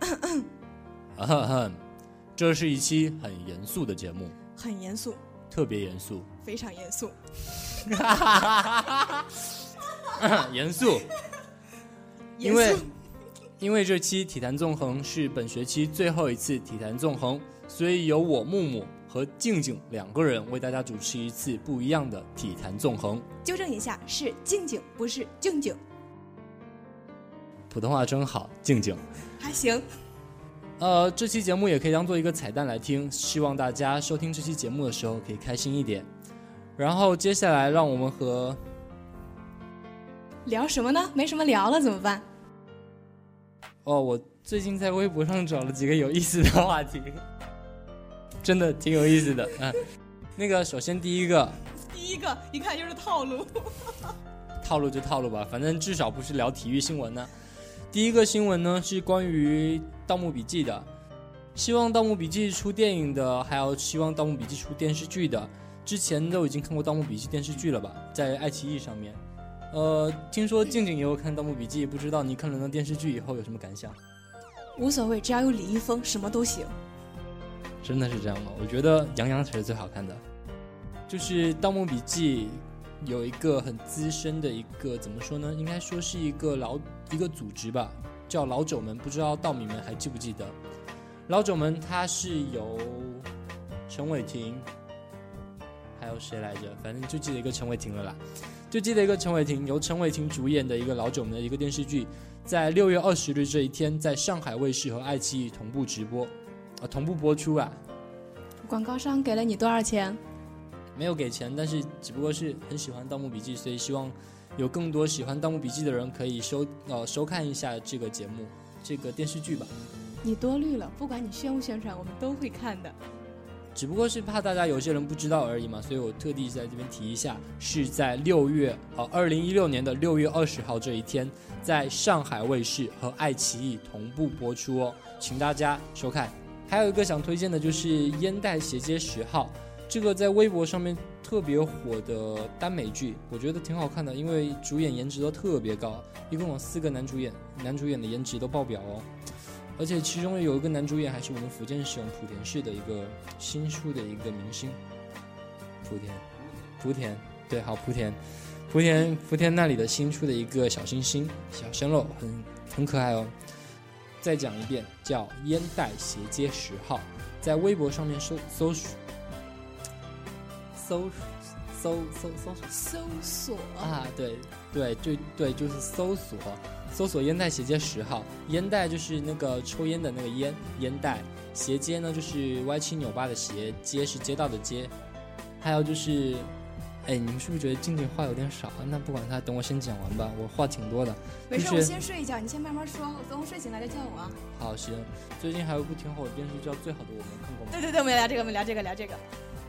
这是一期很严肃的节目， 很严肃， 特别严肃， 非常严肃。 严肃，因为这期体坛纵横是本学期最后一次体坛纵横，所以由我木木和静静两个人为大家主持一次不一样的体坛纵横。 纠正一下，是静静，不是静静。 普通话真好，静静还行。 这期节目也可以当做一个彩蛋来听，希望大家收听这期节目的时候可以开心一点。然后接下来让我们和聊什么呢？没什么聊了怎么办？ 我最近在微博上找了几个有意思的话题，真的挺有意思的。那个首先第一个一看就是套路，套路就套路吧，反正至少不是聊体育新闻呢。第一个新闻呢是关于《盗墓笔记》的，希望《盗墓笔记》出电影的，还有希望《盗墓笔记》出电视剧的，之前都已经看过《盗墓笔记》电视剧了吧，在爱奇艺上面。听说静静也有看《盗墓笔记》，不知道你看了那电视剧以后有什么感想？ 无所谓，只要有李易峰，什么都行。 真的是这样吗？我觉得杨洋才是最好看的。就是《盗墓笔记》有一个很资深的一个，怎么说呢？应该说是一个组织吧，叫老九门，不知道道迷们还记不记得？老九门它是由陈伟霆，还有谁来着？反正就记得一个陈伟霆了啦。就记得一个陈伟霆，由陈伟霆主演的一个老九门的一个电视剧，在6月20日这一天，在上海卫视和爱奇艺同步播出啊。 广告商给了你多少钱？ 没有给钱，但是只不过是很喜欢《盗墓笔记》，所以希望有更多喜欢《盗墓笔记》的人可以收看一下这个节目，这个电视剧吧。 你多虑了，不管你宣不宣传，我们都会看的。 只不过是怕大家有些人不知道而已嘛，所以我特地在这边提一下，是在2016年的6月20号这一天，在上海卫视和爱奇艺同步播出哦，请大家收看。还有一个想推荐的就是烟袋斜街10号，这个在微博上面特别火的耽美剧，我觉得挺好看的，因为主演颜值都特别高，一共有4个男主演的颜值都爆表哦。而且其中有一个男主演还是我们福建省莆田市的一个新出的一个明星，莆田那里的新出的一个小星星小鲜肉，很可爱哦。再讲一遍，叫烟袋斜街10号，在微博上面搜索啊，对，就是搜索烟袋斜街10号。烟袋就是那个抽烟的那个烟袋，斜街呢就是歪七扭八的斜，街是街道的街。还有就是，你们是不是觉得静静话有点少？那不管他，等我先讲完吧，我话挺多的。 没事，我先睡一觉，你先慢慢说，等我睡醒来再叫我啊。 好，行。最近还有一部挺好的电视剧叫《最好的我们》，看过吗？ 对，我们聊这个。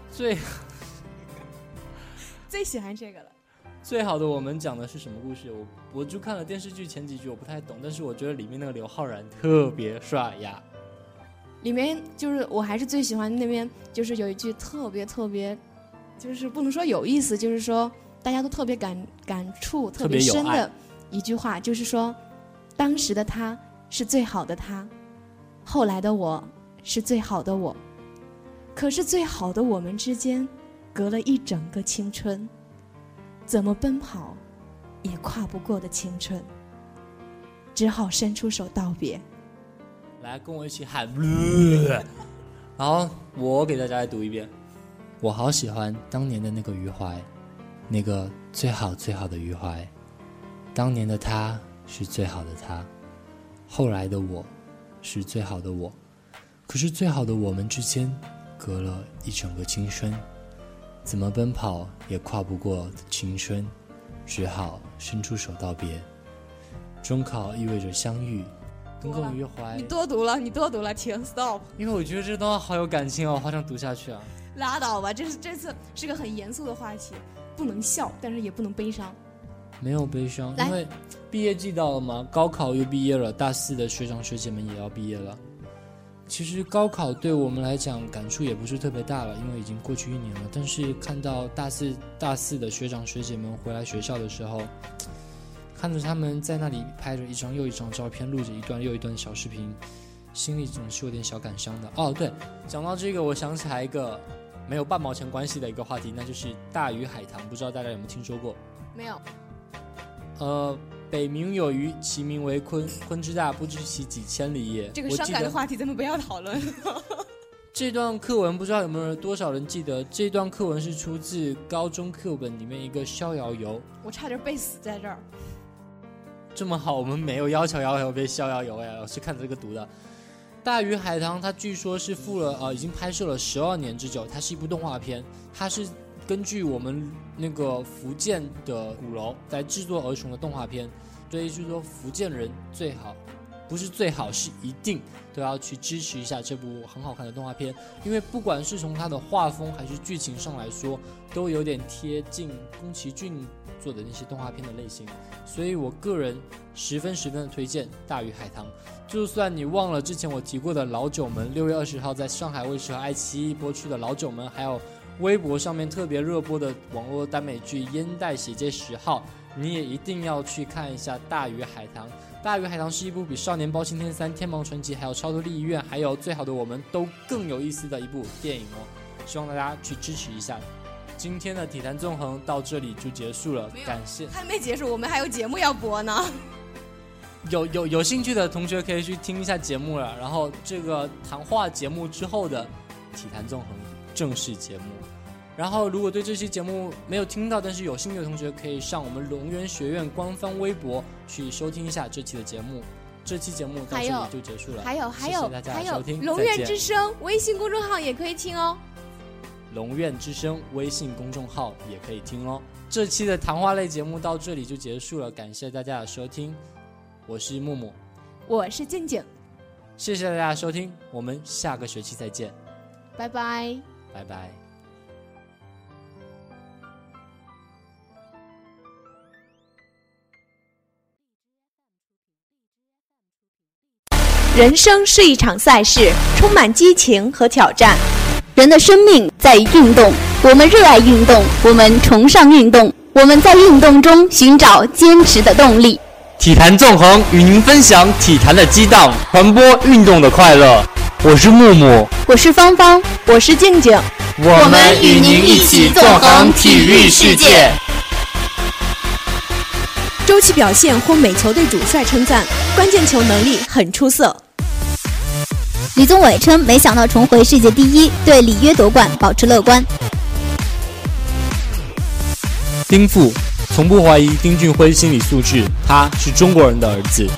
最喜欢这个了。 最好的我们讲的是什么故事？我就看了电视剧前几集，我不太懂，但是我觉得里面那个刘昊然特别帅呀。 里面就是我还是最喜欢那边，就是有一句特别，就是不能说有意思，就是说大家都特别感触特别深的一句话，就是说，当时的他是最好的他，后来的我是最好的我，可是最好的我们之间隔了一整个青春，怎么奔跑也跨不过的青春，只好伸出手道别。 来跟我一起喊然后我给大家来读一遍。我好喜欢当年的那个余淮，那个最好的余淮，当年的他是最好的他，后来的我是最好的我，可是最好的我们之间隔了一整个青春，怎么奔跑也跨不过的青春，只好伸出手道别。中考意味着相遇，耿耿于怀。 你多读了，停 stop。 因为我觉得这段话好有感情哦，好想读下去啊。 拉倒吧，这次是个很严肃的话题，不能笑，但是也不能悲伤。 没有悲伤，因为毕业季到了嘛，高考又毕业了，大4的学长学姐们也要毕业了。其实高考对我们来讲感触也不是特别大了，因为已经过去1年了。但是看到大四的学长学姐们回来学校的时候，看着他们在那里拍着一张又一张照片，录着一段又一段小视频， 心里总是有点小感伤的。哦，对，讲到这个，我想起来一个没有半毛钱关系的一个话题，那就是大鱼海棠，不知道大家有没有听说过？ 没有。 北冥有鱼，其名为鲲，鲲之大，不知其几千里也。 这个伤感的话题咱们不要讨论。 这段课文不知道有没有多少人记得，这段课文是出自高中课本里面一个逍遥游。 我差点背死在这儿。 这么好，我们没有要求逍遥背逍遥游呀，我是看着这个读的。大鱼海棠它据说是已经拍摄了12年之久，它是一部动画片，它是根据我们那个福建的鼓楼来制作而成的动画片，所以就是说福建人最好，不是最好，是一定都要去支持一下这部很好看的动画片，因为不管是从它的画风还是剧情上来说，都有点贴近宫崎骏做的那些动画片的类型，所以我个人十分的推荐大鱼海棠。就算你忘了之前我提过的老九门6月20号在上海卫视和爱奇艺播出的老九门，还有微博上面特别热播的网络耽美剧烟袋血街10号，你也一定要去看一下大鱼海棠。大鱼海棠是一部比少年包青天3、天盲传奇还有超脱利益院还有最好的我们都更有意思的一部电影哦，希望大家去支持一下。今天的体坛纵横到这里就结束了，感谢。 还没结束，我们还有节目要播呢。 有兴趣的同学可以去听一下节目了，然后这个谈话节目之后的体坛纵横正式节目。然后如果对这期节目没有听到但是有兴趣的同学，可以上我们龙源学院官方微博去收听一下这期的节目。这期节目到这里就结束了， 还有谢谢大家的收听， 龙源之声微信公众号也可以听哦。 龙院之声微信公众号也可以听哦。这期的谈话类节目到这里就结束了，感谢大家的收听，我是木木， 我是静静， 谢谢大家的收听，我们下个学期再见， 拜拜， 拜拜。 人生是一场赛事，充满激情和挑战。 人的生命在于运动，我们热爱运动，我们崇尚运动，我们在运动中寻找坚持的动力。 体坛纵横与您分享体坛的激荡，传播运动的快乐。我是木木， 我是芳芳， 我是静静， 我们与您一起纵横体育世界。 周琦表现获美球队主帅称赞，关键球能力很出色。 李宗伟称没想到重回世界第一，对里约夺冠保持乐观。 丁父从不怀疑丁俊晖心理素质，他是中国人的儿子。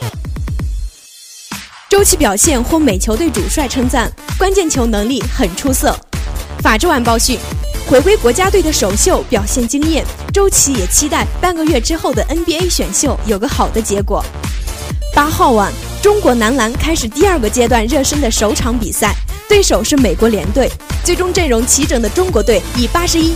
周琦表现获美球队主帅称赞，关键球能力很出色。法制晚报讯，回归国家队的首秀表现惊艳，周琦也期待半个月之后的 NBA 选秀有个好的结果。8号晚，中国男篮开始第2个阶段热身的首场比赛，对手是美国联队，最终阵容齐整的中国队以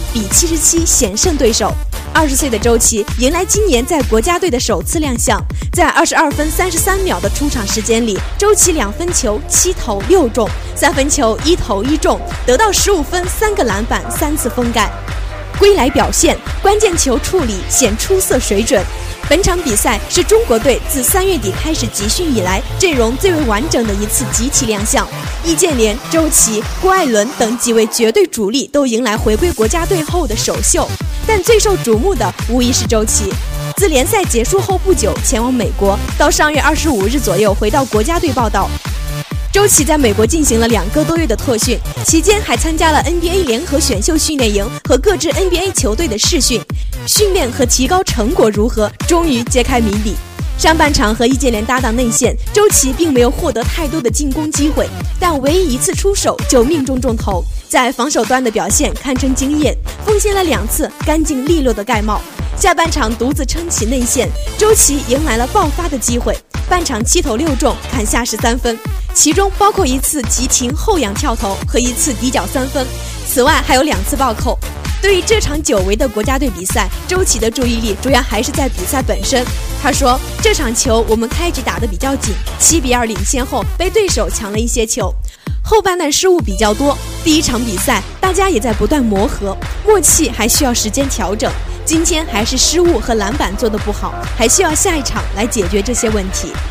81-77险胜对手。20岁的周琦迎来今年在国家队的首次亮相，在22分33秒的出场时间里，周琦2分球7投6中，3分球1投1中，得到15分3个篮板3次封盖。归来表现，关键球处理显出色水准。本场比赛是中国队自3月底开始集训以来阵容最为完整的一次集体亮相，易建联、周琦、郭艾伦等几位绝对主力都迎来回归国家队后的首秀，但最受瞩目的无疑是周琦。自联赛结束后不久前往美国，到上月25日左右回到国家队报道。周琦在美国进行了2个多月的特训，期间还参加了 NBA 联合选秀训练营和各支 NBA 球队的试训，训练和提高成果如何，终于揭开谜底。上半场和易建联搭档内线，周琦并没有获得太多的进攻机会，但唯一一次出手就命中中投，在防守端的表现堪称惊艳，奉献了2次干净利落的盖帽。下半场独自撑起内线，周琦迎来了爆发的机会，半场7投6中，砍下13分，其中包括1次急停后仰跳投和1次底角3分，此外还有2次暴扣。对于这场久违的国家队比赛，周琦的注意力主要还是在比赛本身。他说，这场球我们开局打得比较紧，7-2领先后被对手抢了一些球，后半段失误比较多。第1场比赛大家也在不断磨合，默契还需要时间调整，今天还是失误和篮板做得不好，还需要下一场来解决这些问题。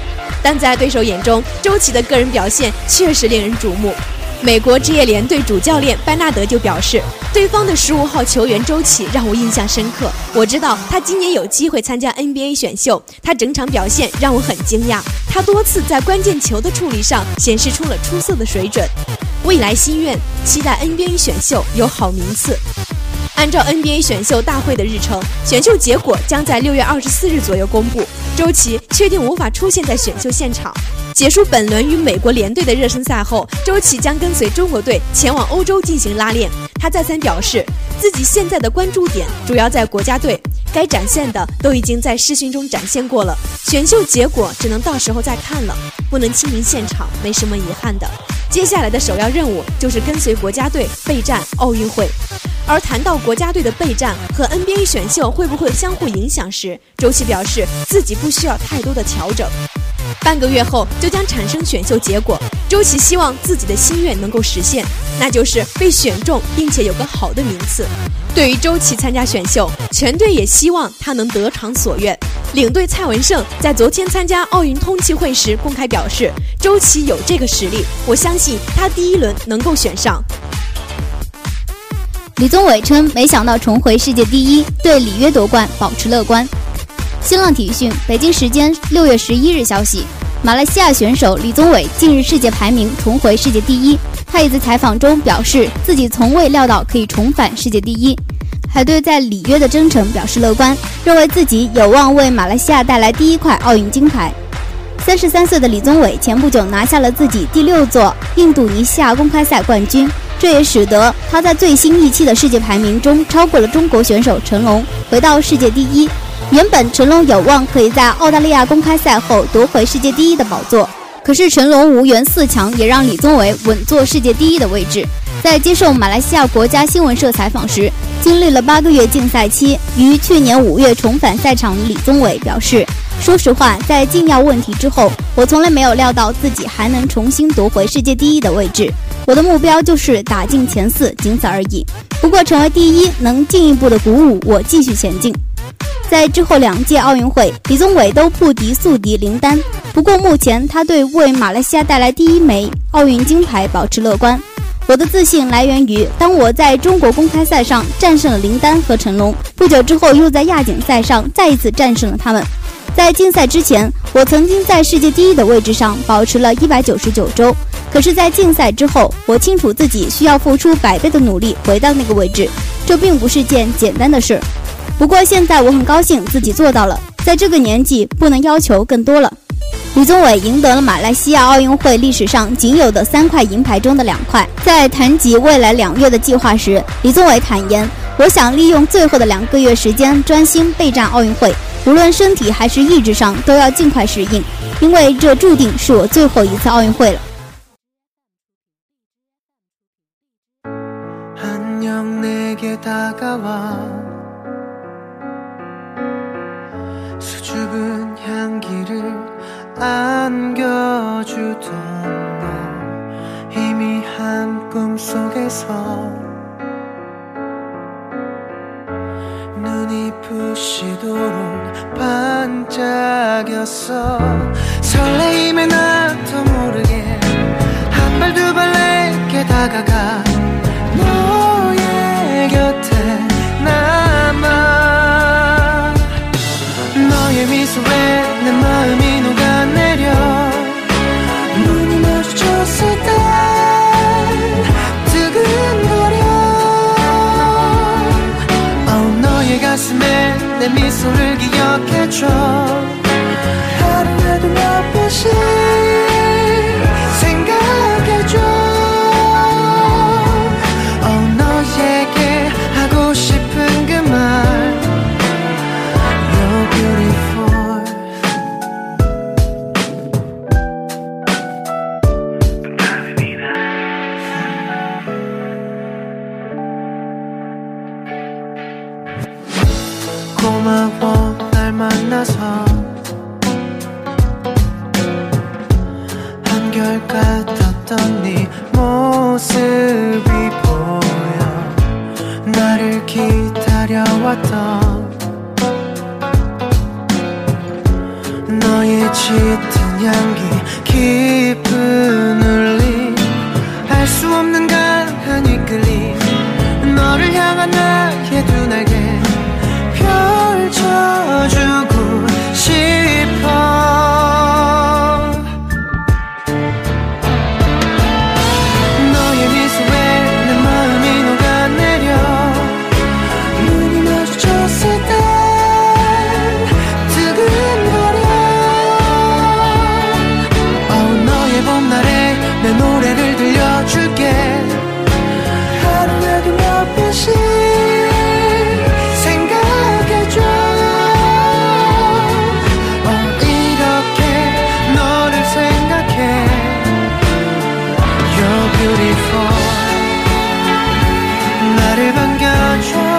但在对手眼中，周琦的个人表现确实令人瞩目。美国职业联队主教练班纳德就表示，对方的15号球员周琦让我印象深刻，我知道他今年有机会参加 NBA 选秀，他整场表现让我很惊讶，他多次在关键球的处理上显示出了出色的水准。未来心愿，期待 NBA 选秀有好名次。按照 NBA 选秀大会的日程，选秀结果将在6月24日左右公布。周琦确定无法出现在选秀现场。结束本轮与美国联队的热身赛后，周琦将跟随中国队前往欧洲进行拉练。他再三表示，自己现在的关注点主要在国家队，该展现的都已经在试训中展现过了，选秀结果只能到时候再看了，不能亲临现场，没什么遗憾的。接下来的首要任务就是跟随国家队备战奥运会。而谈到国家队的备战和 NBA 选秀会不会相互影响时，周琦表示自己不需要太多的调整。半个月后就将产生选秀结果，周琦希望自己的心愿能够实现，那就是被选中并且有个好的名次。对于周琦参加选秀，全队也希望他能得偿所愿。领队蔡文胜在昨天参加奥运通气会时公开表示，周琦有这个实力，我相信他第一轮能够选上。 李宗伟称没想到重回世界第一，对里约夺冠保持乐观。新浪体育讯，北京时间6月11日消息，马来西亚选手李宗伟近日世界排名重回世界第一。他也在采访中表示，自己从未料到可以重返世界第一，还对在里约的征程表示乐观，认为自己有望为马来西亚带来第一块奥运金牌。33岁的李宗伟前不久拿下了自己第6座印度尼西亚公开赛冠军，这也使得他在最新一期的世界排名中超过了中国选手成龙，回到世界第一。原本成龙有望可以在澳大利亚公开赛后夺回世界第一的宝座，可是成龙无缘4强，也让李宗伟稳坐世界第一的位置。在接受马来西亚国家新闻社采访时，经历了8个月禁赛期，于去年5月重返赛场的李宗伟表示，说实话，在禁药问题之后，我从来没有料到自己还能重新夺回世界第一的位置，我的目标就是打进前4，仅此而已。不过成为第一能进一步的鼓舞我继续前进。在之后2届奥运会，李宗伟都不敌宿敌林丹，不过目前他对为马来西亚带来第一枚奥运金牌保持乐观。我的自信来源于当我在中国公开赛上战胜了林丹和成龙，不久之后又在亚锦赛上再一次战胜了他们。在竞赛之前，我曾经在世界第一的位置上保持了199周，可是在竞赛之后，我清楚自己需要付出100倍的努力回到那个位置，这并不是件简单的事。不过现在我很高兴自己做到了，在这个年纪不能要求更多了。李宗伟赢得了马来西亚奥运会历史上仅有的3块银牌中的2块。在谈及未来2月的计划时，李宗伟坦言，我想利用最后的2个月时间专心备战奥运会，无论身体还是意志上都要尽快适应，因为这注定是我最后一次奥运会了。 눈이 부시도록 반짝였어. 설레임에 나도 모르게 한 발 두 발 내게 다가가 너의 곁에 남아. 너의 미소에 내 마음이 녹아내려. 눈이 마주쳤을 때 가슴에 내 미소를 기억해줘. 하루에도 몇 번씩 생각해줘. 너에게 하고 싶은 그 말 You're beautiful. 고마워 날 만나서 한결같았던 네 모습이 보여. 나를 기다려왔던 너의 짙은 향기 깊은 울림 알 수 없는 강한 이끌림 너를 향한 나의 두 날개 펼쳐주고 싶어 너의 미소에 내 마음이 녹아내려 눈이 마주쳤을 때 뜨근거려 너의 봄날에 내 노래를 들려줄게 하루에도 몇 번씩 생각해줘 이렇게 너를 생각해 You're beautiful 나를 반겨줘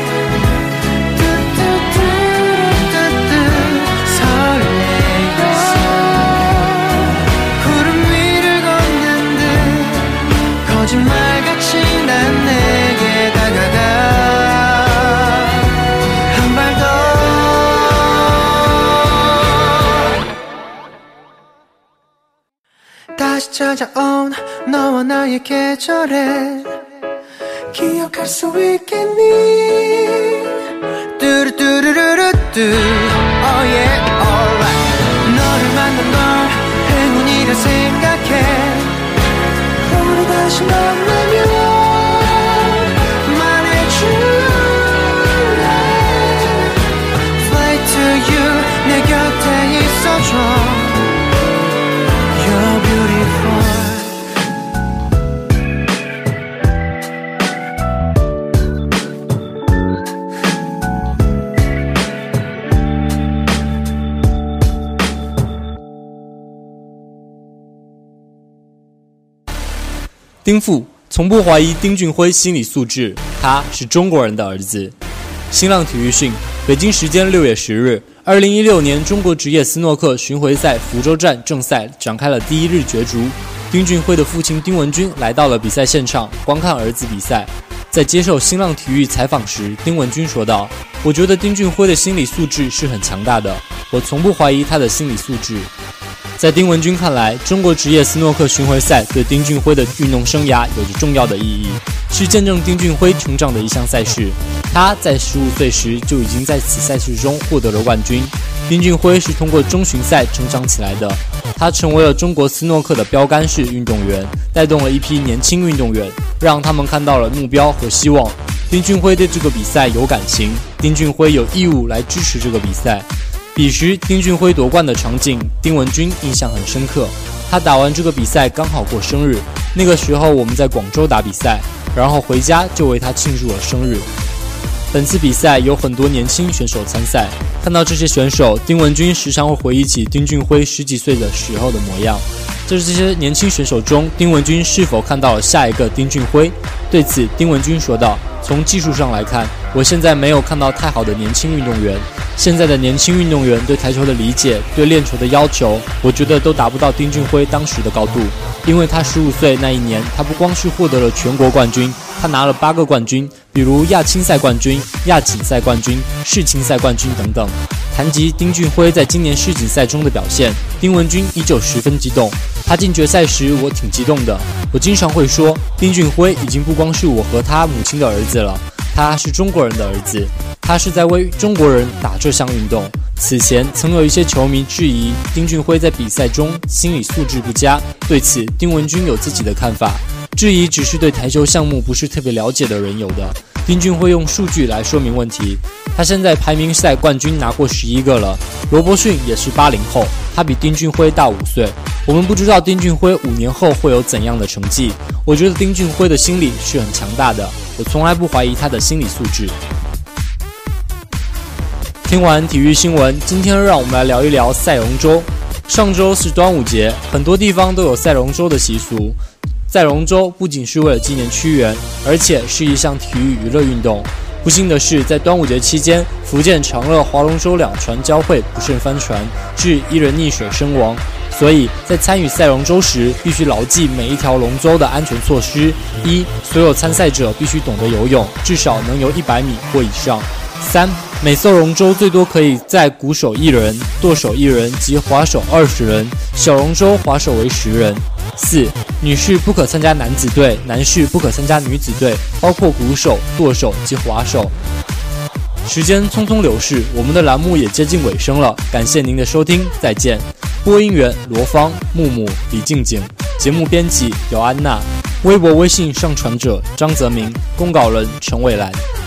거짓말같이 난 내게 다가가 한 발 더 다시 찾아온 너와 나의 계절에 기억할 수 있겠니 뚜루뚜루루루뚜 Oh yeah alright 너를 만난 걸 행운이라 생각해 우리 다시 만나면 말해줄래 Fly to you 내 곁에 있어줘 You're beautiful 丁父从不怀疑丁俊晖心理素质，他是中国人的儿子。新浪体育讯，北京时间6月10日，2016年中国职业斯诺克巡回赛福州站正赛展开了第一日角逐。丁俊晖的父亲丁文军来到了比赛现场观看儿子比赛。在接受新浪体育采访时，丁文军说道：“我觉得丁俊晖的心理素质是很强大的，我从不怀疑他的心理素质。”在丁文军看来，中国职业斯诺克巡回赛对丁俊晖的运动生涯有着重要的意义，是见证丁俊晖成长的一项赛事。他在15岁时就已经在此赛事中获得了冠军。丁俊晖是通过中巡赛成长起来的，他成为了中国斯诺克的标杆式运动员，带动了一批年轻运动员，让他们看到了目标和希望。丁俊晖对这个比赛有感情，丁俊晖有义务来支持这个比赛。彼时丁俊晖夺冠的场景，丁文军印象很深刻。他打完这个比赛刚好过生日，那个时候我们在广州打比赛，然后回家就为他庆祝了生日。本次比赛有很多年轻选手参赛，看到这些选手，丁文军时常会回忆起丁俊晖10几岁的时候的模样。在这些年轻选手中，丁文军是否看到了下一个丁俊晖？对此，丁文军说道：“从技术上来看，我现在没有看到太好的年轻运动员。现在的年轻运动员对台球的理解，对练球的要求，我觉得都达不到丁俊晖当时的高度。因为他15岁那一年，他不光是获得了全国冠军，他拿了8个冠军，比如亚青赛冠军、亚锦赛冠军、世青赛冠军等等。谈及丁俊晖在今年世锦赛中的表现，丁文军依旧十分激动。他进决赛时，我挺激动的。我经常会说，丁俊晖已经不光是我和他母亲的儿子了，他是中国人的儿子，他是在为中国人打这项运动。此前曾有一些球迷质疑丁俊晖在比赛中心理素质不佳，对此丁文军有自己的看法，质疑只是对台球项目不是特别了解的人有的。丁俊晖用数据来说明问题，他现在排名赛冠军拿过11个了。罗伯逊也是80后，他比丁俊晖大5岁。我们不知道丁俊晖5年后会有怎样的成绩。我觉得丁俊晖的心理是很强大的，我从来不怀疑他的心理素质。听完体育新闻，今天让我们来聊一聊赛龙舟。上周是端午节，很多地方都有赛龙舟的习俗。赛龙舟不仅是为了纪念屈原，而且是一项体育娱乐运动。不幸的是，在端午节期间，福建长乐划龙舟2船交汇不慎翻船，致1人溺水身亡。所以在参与赛龙舟时，必须牢记每一条龙舟的安全措施。1. 所有参赛者必须懂得游泳，至少能游100米或以上。3. 每艘龙舟最多可以载鼓手1人、舵手1人及划手20人，小龙舟划手为10人。4. 女士不可参加男子队，男士不可参加女子队，包括鼓手、舵手及划手。时间匆匆流逝，我们的栏目也接近尾声了，感谢您的收听，再见。播音员罗芳、木木、李静静，节目编辑姚安娜，微博微信上传者张泽明，公稿人陈伟兰。